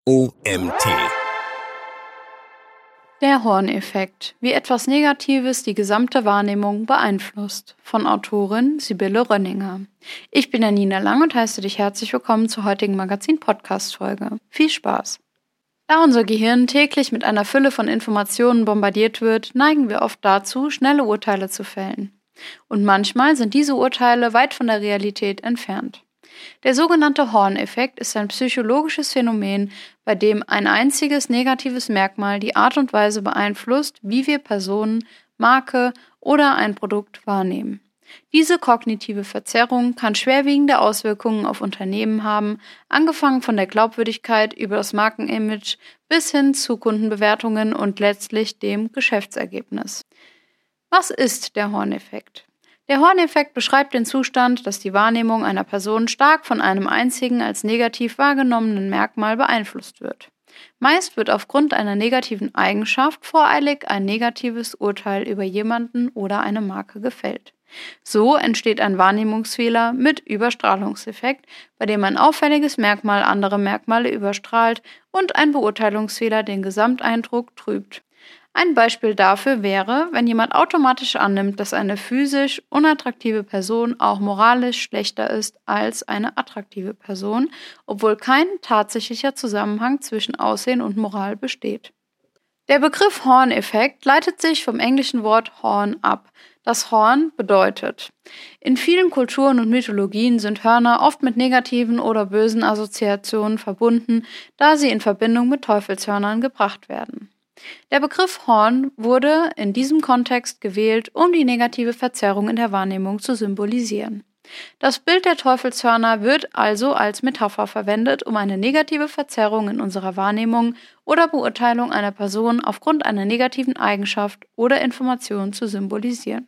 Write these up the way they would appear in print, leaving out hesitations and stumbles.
OMT. Der Horneffekt, wie etwas Negatives die gesamte Wahrnehmung beeinflusst. Von Autorin Sibylle Rönninger. Ich bin Janina Lang und heiße dich herzlich willkommen zur heutigen Magazin-Podcast-Folge. Viel Spaß! Da unser Gehirn täglich mit einer Fülle von Informationen bombardiert wird, neigen wir oft dazu, schnelle Urteile zu fällen. Und manchmal sind diese Urteile weit von der Realität entfernt. Der sogenannte Horneffekt ist ein psychologisches Phänomen, bei dem ein einziges negatives Merkmal die Art und Weise beeinflusst, wie wir Personen, Marke oder ein Produkt wahrnehmen. Diese kognitive Verzerrung kann schwerwiegende Auswirkungen auf Unternehmen haben, angefangen von der Glaubwürdigkeit über das Markenimage bis hin zu Kundenbewertungen und letztlich dem Geschäftsergebnis. Was ist der Horneffekt? Der Horneffekt beschreibt den Zustand, dass die Wahrnehmung einer Person stark von einem einzigen als negativ wahrgenommenen Merkmal beeinflusst wird. Meist wird aufgrund einer negativen Eigenschaft voreilig ein negatives Urteil über jemanden oder eine Marke gefällt. So entsteht ein Wahrnehmungsfehler mit Überstrahlungseffekt, bei dem ein auffälliges Merkmal andere Merkmale überstrahlt und ein Beurteilungsfehler den Gesamteindruck trübt. Ein Beispiel dafür wäre, wenn jemand automatisch annimmt, dass eine physisch unattraktive Person auch moralisch schlechter ist als eine attraktive Person, obwohl kein tatsächlicher Zusammenhang zwischen Aussehen und Moral besteht. Der Begriff Horneffekt leitet sich vom englischen Wort Horn ab. Das Horn bedeutet. In vielen Kulturen und Mythologien sind Hörner oft mit negativen oder bösen Assoziationen verbunden, da sie in Verbindung mit Teufelshörnern gebracht werden. Der Begriff Horn wurde in diesem Kontext gewählt, um die negative Verzerrung in der Wahrnehmung zu symbolisieren. Das Bild der Teufelshörner wird also als Metapher verwendet, um eine negative Verzerrung in unserer Wahrnehmung oder Beurteilung einer Person aufgrund einer negativen Eigenschaft oder Information zu symbolisieren.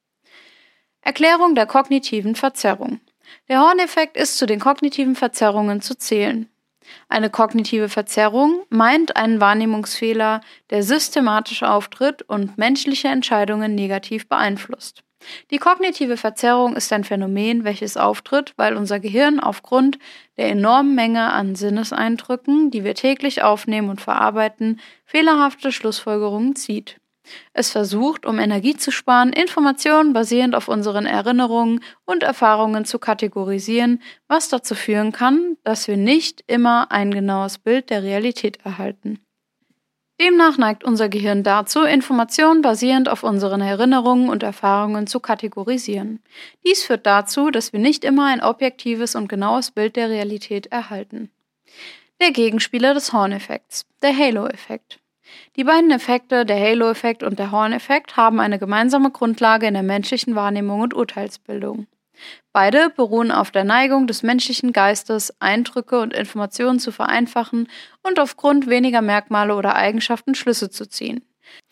Erklärung der kognitiven Verzerrung. Der Horneffekt ist zu den kognitiven Verzerrungen zu zählen. Eine kognitive Verzerrung meint einen Wahrnehmungsfehler, der systematisch auftritt und menschliche Entscheidungen negativ beeinflusst. Die kognitive Verzerrung ist ein Phänomen, welches auftritt, weil unser Gehirn aufgrund der enormen Menge an Sinneseindrücken, die wir täglich aufnehmen und verarbeiten, fehlerhafte Schlussfolgerungen zieht. Es versucht, um Energie zu sparen, Informationen basierend auf unseren Erinnerungen und Erfahrungen zu kategorisieren, was dazu führen kann, dass wir nicht immer ein genaues Bild der Realität erhalten. Demnach neigt unser Gehirn dazu, Informationen basierend auf unseren Erinnerungen und Erfahrungen zu kategorisieren. Dies führt dazu, dass wir nicht immer ein objektives und genaues Bild der Realität erhalten. Der Gegenspieler des Horneffekts, der Halo-Effekt. Die beiden Effekte, der Halo-Effekt und der Horneffekt, haben eine gemeinsame Grundlage in der menschlichen Wahrnehmung und Urteilsbildung. Beide beruhen auf der Neigung des menschlichen Geistes, Eindrücke und Informationen zu vereinfachen und aufgrund weniger Merkmale oder Eigenschaften Schlüsse zu ziehen.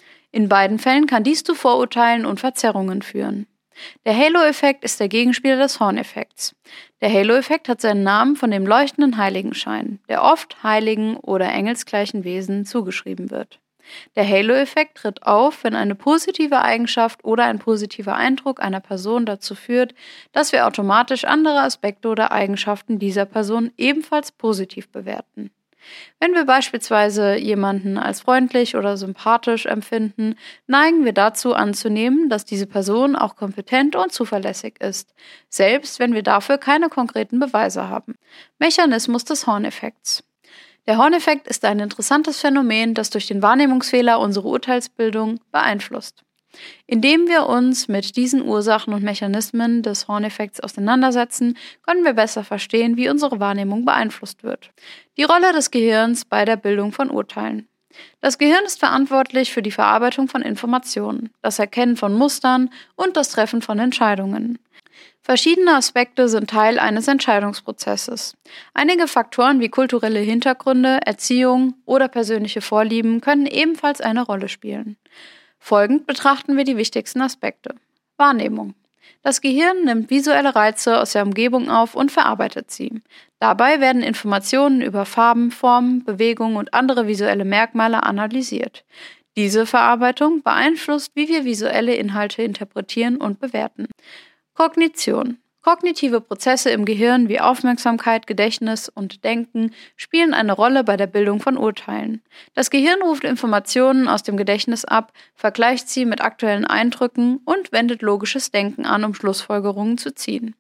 In beiden Fällen kann dies zu Vorurteilen und Verzerrungen führen. Der Halo-Effekt ist der Gegenspieler des Horneffekts. Der Halo-Effekt hat seinen Namen von dem leuchtenden Heiligenschein, der oft heiligen oder engelsgleichen Wesen zugeschrieben wird. Der Halo-Effekt tritt auf, wenn eine positive Eigenschaft oder ein positiver Eindruck einer Person dazu führt, dass wir automatisch andere Aspekte oder Eigenschaften dieser Person ebenfalls positiv bewerten. Wenn wir beispielsweise jemanden als freundlich oder sympathisch empfinden, neigen wir dazu anzunehmen, dass diese Person auch kompetent und zuverlässig ist, selbst wenn wir dafür keine konkreten Beweise haben. Mechanismus des Horneffekts. Der Horneffekt ist ein interessantes Phänomen, das durch den Wahrnehmungsfehler unsere Urteilsbildung beeinflusst. Indem wir uns mit diesen Ursachen und Mechanismen des Horneffekts auseinandersetzen, können wir besser verstehen, wie unsere Wahrnehmung beeinflusst wird. Die Rolle des Gehirns bei der Bildung von Urteilen. Das Gehirn ist verantwortlich für die Verarbeitung von Informationen, das Erkennen von Mustern und das Treffen von Entscheidungen. Verschiedene Aspekte sind Teil eines Entscheidungsprozesses. Einige Faktoren wie kulturelle Hintergründe, Erziehung oder persönliche Vorlieben können ebenfalls eine Rolle spielen. Folgend betrachten wir die wichtigsten Aspekte. Wahrnehmung. Das Gehirn nimmt visuelle Reize aus der Umgebung auf und verarbeitet sie. Dabei werden Informationen über Farben, Formen, Bewegungen und andere visuelle Merkmale analysiert. Diese Verarbeitung beeinflusst, wie wir visuelle Inhalte interpretieren und bewerten. Kognition. Kognitive Prozesse im Gehirn wie Aufmerksamkeit, Gedächtnis und Denken spielen eine Rolle bei der Bildung von Urteilen. Das Gehirn ruft Informationen aus dem Gedächtnis ab, vergleicht sie mit aktuellen Eindrücken und wendet logisches Denken an, um Schlussfolgerungen zu ziehen.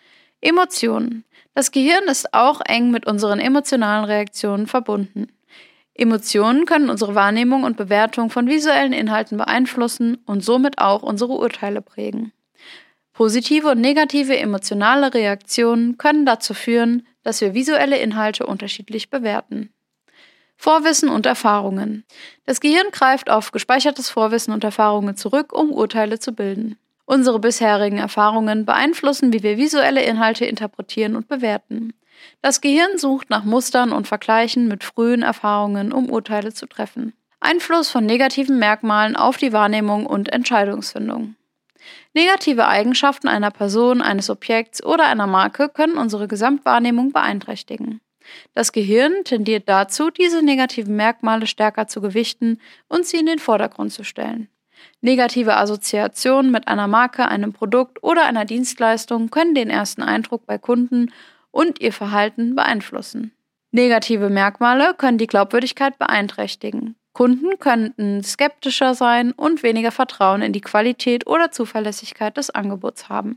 Emotionen. Das Gehirn ist auch eng mit unseren emotionalen Reaktionen verbunden. Emotionen können unsere Wahrnehmung und Bewertung von visuellen Inhalten beeinflussen und somit auch unsere Urteile prägen. Positive und negative emotionale Reaktionen können dazu führen, dass wir visuelle Inhalte unterschiedlich bewerten. Vorwissen und Erfahrungen. Das Gehirn greift auf gespeichertes Vorwissen und Erfahrungen zurück, um Urteile zu bilden. Unsere bisherigen Erfahrungen beeinflussen, wie wir visuelle Inhalte interpretieren und bewerten. Das Gehirn sucht nach Mustern und Vergleichen mit frühen Erfahrungen, um Urteile zu treffen. Einfluss von negativen Merkmalen auf die Wahrnehmung und Entscheidungsfindung. Negative Eigenschaften einer Person, eines Objekts oder einer Marke können unsere Gesamtwahrnehmung beeinträchtigen. Das Gehirn tendiert dazu, diese negativen Merkmale stärker zu gewichten und sie in den Vordergrund zu stellen. Negative Assoziationen mit einer Marke, einem Produkt oder einer Dienstleistung können den ersten Eindruck bei Kunden und ihr Verhalten beeinflussen. Negative Merkmale können die Glaubwürdigkeit beeinträchtigen. Kunden könnten skeptischer sein und weniger Vertrauen in die Qualität oder Zuverlässigkeit des Angebots haben.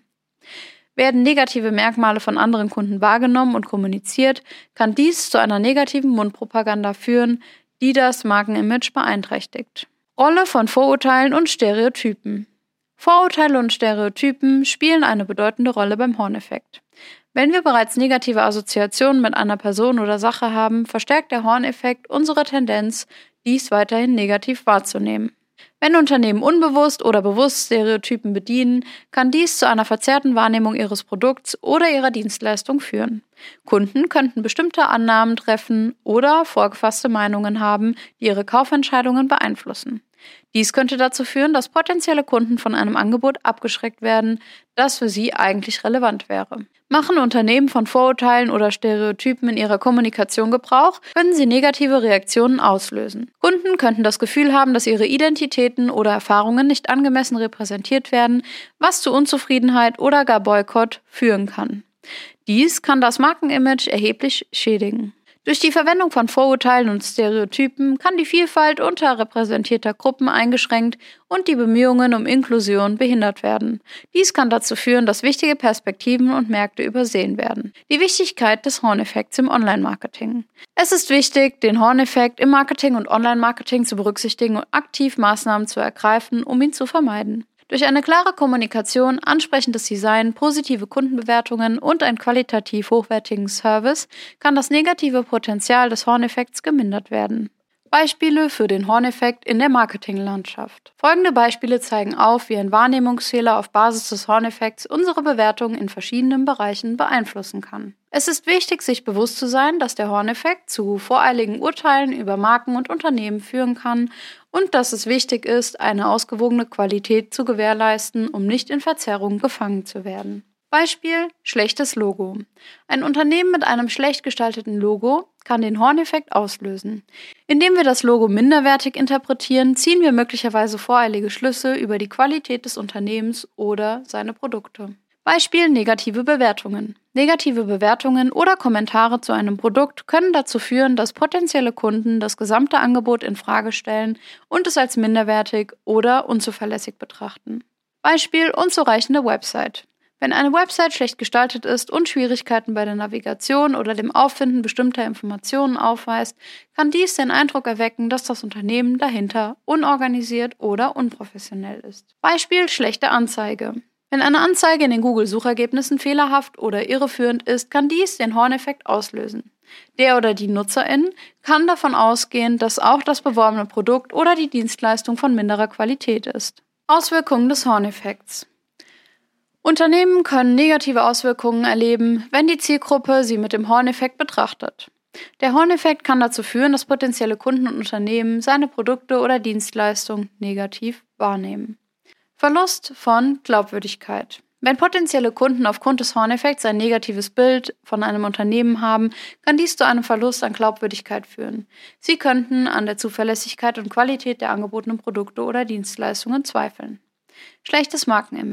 Werden negative Merkmale von anderen Kunden wahrgenommen und kommuniziert, kann dies zu einer negativen Mundpropaganda führen, die das Markenimage beeinträchtigt. Rolle von Vorurteilen und Stereotypen. Vorurteile und Stereotypen spielen eine bedeutende Rolle beim Horneffekt. Wenn wir bereits negative Assoziationen mit einer Person oder Sache haben, verstärkt der Horneffekt unsere Tendenz, dies weiterhin negativ wahrzunehmen. Wenn Unternehmen unbewusst oder bewusst Stereotypen bedienen, kann dies zu einer verzerrten Wahrnehmung ihres Produkts oder ihrer Dienstleistung führen. Kunden könnten bestimmte Annahmen treffen oder vorgefasste Meinungen haben, die ihre Kaufentscheidungen beeinflussen. Dies könnte dazu führen, dass potenzielle Kunden von einem Angebot abgeschreckt werden, das für sie eigentlich relevant wäre. Machen Unternehmen von Vorurteilen oder Stereotypen in ihrer Kommunikation Gebrauch, können sie negative Reaktionen auslösen. Kunden könnten das Gefühl haben, dass ihre Identitäten oder Erfahrungen nicht angemessen repräsentiert werden, was zu Unzufriedenheit oder gar Boykott führen kann. Dies kann das Markenimage erheblich schädigen. Durch die Verwendung von Vorurteilen und Stereotypen kann die Vielfalt unterrepräsentierter Gruppen eingeschränkt und die Bemühungen um Inklusion behindert werden. Dies kann dazu führen, dass wichtige Perspektiven und Märkte übersehen werden. Die Wichtigkeit des Horneffekts im Online-Marketing. Es ist wichtig, den Horneffekt im Marketing und Online-Marketing zu berücksichtigen und aktiv Maßnahmen zu ergreifen, um ihn zu vermeiden. Durch eine klare Kommunikation, ansprechendes Design, positive Kundenbewertungen und einen qualitativ hochwertigen Service kann das negative Potenzial des Horneffekts gemindert werden. Beispiele für den Horneffekt in der Marketinglandschaft. Folgende Beispiele zeigen auf, wie ein Wahrnehmungsfehler auf Basis des Horneffekts unsere Bewertung in verschiedenen Bereichen beeinflussen kann. Es ist wichtig, sich bewusst zu sein, dass der Horneffekt zu voreiligen Urteilen über Marken und Unternehmen führen kann und dass es wichtig ist, eine ausgewogene Qualität zu gewährleisten, um nicht in Verzerrungen gefangen zu werden. Beispiel: schlechtes Logo. Ein Unternehmen mit einem schlecht gestalteten Logo kann den Horneffekt auslösen. Indem wir das Logo minderwertig interpretieren, ziehen wir möglicherweise voreilige Schlüsse über die Qualität des Unternehmens oder seine Produkte. Beispiel: negative Bewertungen. Negative Bewertungen oder Kommentare zu einem Produkt können dazu führen, dass potenzielle Kunden das gesamte Angebot in Frage stellen und es als minderwertig oder unzuverlässig betrachten. Beispiel: unzureichende Website. Wenn eine Website schlecht gestaltet ist und Schwierigkeiten bei der Navigation oder dem Auffinden bestimmter Informationen aufweist, kann dies den Eindruck erwecken, dass das Unternehmen dahinter unorganisiert oder unprofessionell ist. Beispiel: schlechte Anzeige. Wenn eine Anzeige in den Google-Suchergebnissen fehlerhaft oder irreführend ist, kann dies den Horneffekt auslösen. Der oder die Nutzerin kann davon ausgehen, dass auch das beworbene Produkt oder die Dienstleistung von minderer Qualität ist. Auswirkungen des Horneffekts. Unternehmen können negative Auswirkungen erleben, wenn die Zielgruppe sie mit dem Horneffekt betrachtet. Der Horneffekt kann dazu führen, dass potenzielle Kunden und Unternehmen seine Produkte oder Dienstleistungen negativ wahrnehmen. Verlust von Glaubwürdigkeit. Wenn potenzielle Kunden aufgrund des Horneffekts ein negatives Bild von einem Unternehmen haben, kann dies zu einem Verlust an Glaubwürdigkeit führen. Sie könnten an der Zuverlässigkeit und Qualität der angebotenen Produkte oder Dienstleistungen zweifeln. Schlechtes Markenimage.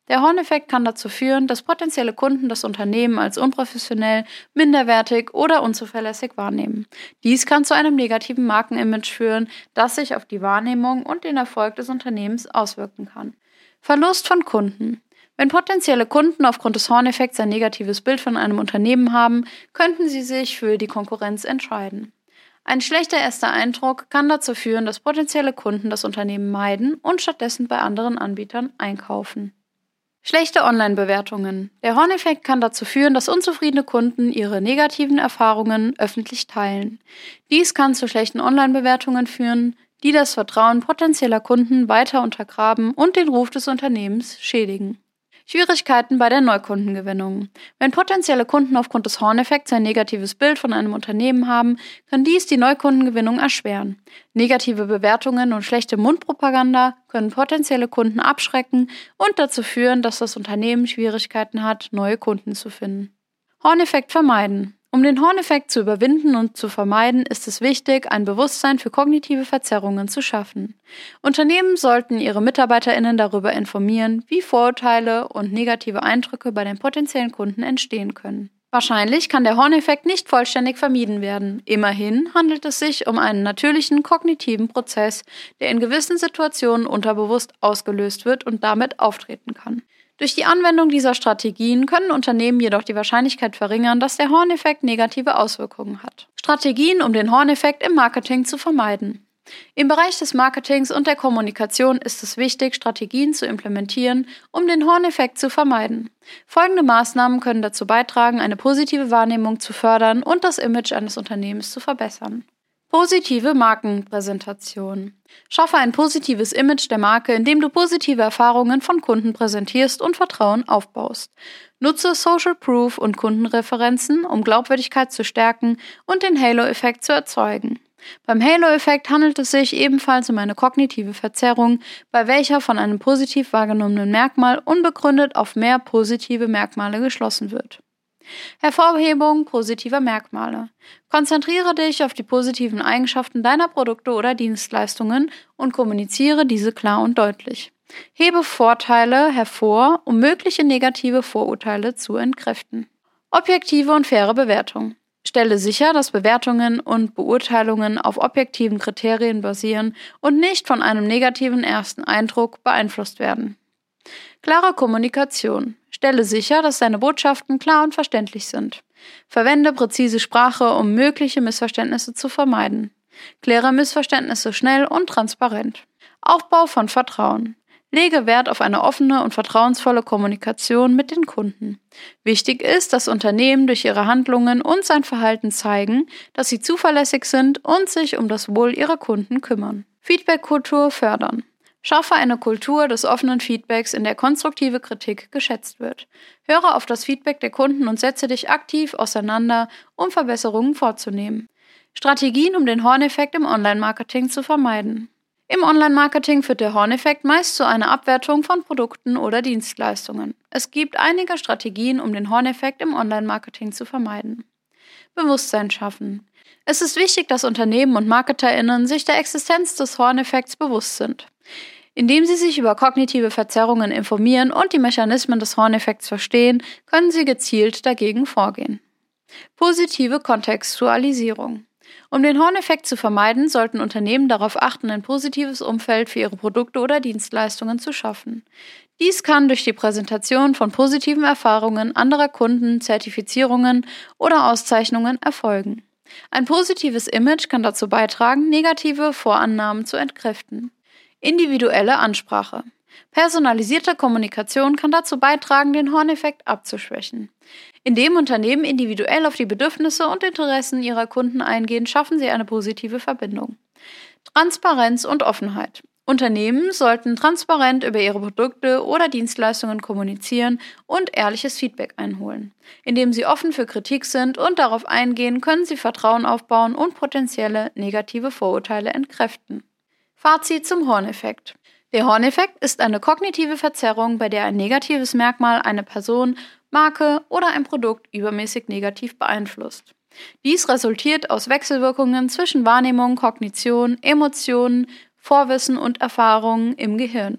Der Horneffekt kann dazu führen, dass potenzielle Kunden das Unternehmen als unprofessionell, minderwertig oder unzuverlässig wahrnehmen. Dies kann zu einem negativen Markenimage führen, das sich auf die Wahrnehmung und den Erfolg des Unternehmens auswirken kann. Verlust von Kunden. Wenn potenzielle Kunden aufgrund des Horneffekts ein negatives Bild von einem Unternehmen haben, könnten sie sich für die Konkurrenz entscheiden. Ein schlechter erster Eindruck kann dazu führen, dass potenzielle Kunden das Unternehmen meiden und stattdessen bei anderen Anbietern einkaufen. Schlechte Online-Bewertungen. Der Horneffekt kann dazu führen, dass unzufriedene Kunden ihre negativen Erfahrungen öffentlich teilen. Dies kann zu schlechten Online-Bewertungen führen, die das Vertrauen potenzieller Kunden weiter untergraben und den Ruf des Unternehmens schädigen. Schwierigkeiten bei der Neukundengewinnung. Wenn potenzielle Kunden aufgrund des Horneffekts ein negatives Bild von einem Unternehmen haben, kann dies die Neukundengewinnung erschweren. Negative Bewertungen und schlechte Mundpropaganda können potenzielle Kunden abschrecken und dazu führen, dass das Unternehmen Schwierigkeiten hat, neue Kunden zu finden. Horneffekt vermeiden. Um den Horneffekt zu überwinden und zu vermeiden, ist es wichtig, ein Bewusstsein für kognitive Verzerrungen zu schaffen. Unternehmen sollten ihre MitarbeiterInnen darüber informieren, wie Vorurteile und negative Eindrücke bei den potenziellen Kunden entstehen können. Wahrscheinlich kann der Horneffekt nicht vollständig vermieden werden. Immerhin handelt es sich um einen natürlichen kognitiven Prozess, der in gewissen Situationen unterbewusst ausgelöst wird und damit auftreten kann. Durch die Anwendung dieser Strategien können Unternehmen jedoch die Wahrscheinlichkeit verringern, dass der Horneffekt negative Auswirkungen hat. Strategien, um den Horneffekt im Marketing zu vermeiden. Im Bereich des Marketings und der Kommunikation ist es wichtig, Strategien zu implementieren, um den Horneffekt zu vermeiden. Folgende Maßnahmen können dazu beitragen, eine positive Wahrnehmung zu fördern und das Image eines Unternehmens zu verbessern. Positive Markenpräsentation. Schaffe ein positives Image der Marke, indem du positive Erfahrungen von Kunden präsentierst und Vertrauen aufbaust. Nutze Social Proof und Kundenreferenzen, um Glaubwürdigkeit zu stärken und den Halo-Effekt zu erzeugen. Beim Halo-Effekt handelt es sich ebenfalls um eine kognitive Verzerrung, bei welcher von einem positiv wahrgenommenen Merkmal unbegründet auf mehr positive Merkmale geschlossen wird. Hervorhebung positiver Merkmale. Konzentriere dich auf die positiven Eigenschaften deiner Produkte oder Dienstleistungen und kommuniziere diese klar und deutlich. Hebe Vorteile hervor, um mögliche negative Vorurteile zu entkräften. Objektive und faire Bewertung. Stelle sicher, dass Bewertungen und Beurteilungen auf objektiven Kriterien basieren und nicht von einem negativen ersten Eindruck beeinflusst werden. Klare Kommunikation. Stelle sicher, dass deine Botschaften klar und verständlich sind. Verwende präzise Sprache, um mögliche Missverständnisse zu vermeiden. Kläre Missverständnisse schnell und transparent. Aufbau von Vertrauen. Lege Wert auf eine offene und vertrauensvolle Kommunikation mit den Kunden. Wichtig ist, dass Unternehmen durch ihre Handlungen und sein Verhalten zeigen, dass sie zuverlässig sind und sich um das Wohl ihrer Kunden kümmern. Feedback-Kultur fördern. Schaffe eine Kultur des offenen Feedbacks, in der konstruktive Kritik geschätzt wird. Höre auf das Feedback der Kunden und setze dich aktiv auseinander, um Verbesserungen vorzunehmen. Strategien, um den Horneffekt im Online-Marketing zu vermeiden. Im Online-Marketing führt der Horneffekt meist zu einer Abwertung von Produkten oder Dienstleistungen. Es gibt einige Strategien, um den Horneffekt im Online-Marketing zu vermeiden. Bewusstsein schaffen. Es ist wichtig, dass Unternehmen und MarketerInnen sich der Existenz des Horneffekts bewusst sind. Indem sie sich über kognitive Verzerrungen informieren und die Mechanismen des Horneffekts verstehen, können sie gezielt dagegen vorgehen. Positive Kontextualisierung. Um den Horneffekt zu vermeiden, sollten Unternehmen darauf achten, ein positives Umfeld für ihre Produkte oder Dienstleistungen zu schaffen. Dies kann durch die Präsentation von positiven Erfahrungen anderer Kunden, Zertifizierungen oder Auszeichnungen erfolgen. Ein positives Image kann dazu beitragen, negative Vorannahmen zu entkräften. Individuelle Ansprache. Personalisierte Kommunikation kann dazu beitragen, den Horneffekt abzuschwächen. Indem Unternehmen individuell auf die Bedürfnisse und Interessen ihrer Kunden eingehen, schaffen sie eine positive Verbindung. Transparenz und Offenheit. Unternehmen sollten transparent über ihre Produkte oder Dienstleistungen kommunizieren und ehrliches Feedback einholen. Indem sie offen für Kritik sind und darauf eingehen, können sie Vertrauen aufbauen und potenzielle negative Vorurteile entkräften. Fazit zum Horneffekt. Der Horneffekt ist eine kognitive Verzerrung, bei der ein negatives Merkmal eine Person, Marke oder ein Produkt übermäßig negativ beeinflusst. Dies resultiert aus Wechselwirkungen zwischen Wahrnehmung, Kognition, Emotionen, Vorwissen und Erfahrungen im Gehirn.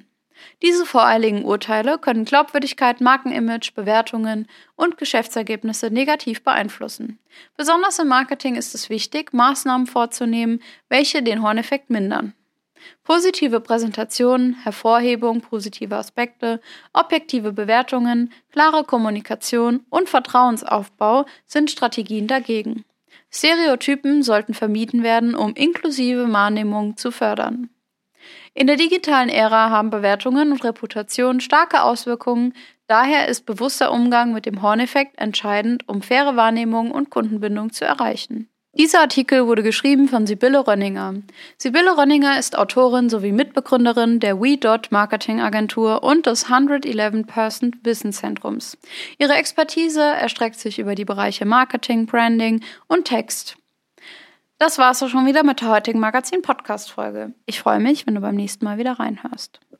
Diese voreiligen Urteile können Glaubwürdigkeit, Markenimage, Bewertungen und Geschäftsergebnisse negativ beeinflussen. Besonders im Marketing ist es wichtig, Maßnahmen vorzunehmen, welche den Horneffekt mindern. Positive Präsentation, Hervorhebung positiver Aspekte, objektive Bewertungen, klare Kommunikation und Vertrauensaufbau sind Strategien dagegen. Stereotypen sollten vermieden werden, um inklusive Wahrnehmung zu fördern. In der digitalen Ära haben Bewertungen und Reputation starke Auswirkungen, daher ist bewusster Umgang mit dem Horneffekt entscheidend, um faire Wahrnehmung und Kundenbindung zu erreichen. Dieser Artikel wurde geschrieben von Sibylle Rönninger. Sibylle Rönninger ist Autorin sowie Mitbegründerin der We.Marketing-Agentur und des 111-Person-Wissenszentrums. Ihre Expertise erstreckt sich über die Bereiche Marketing, Branding und Text. Das war's auch schon wieder mit der heutigen Magazin-Podcast-Folge. Ich freue mich, wenn du beim nächsten Mal wieder reinhörst.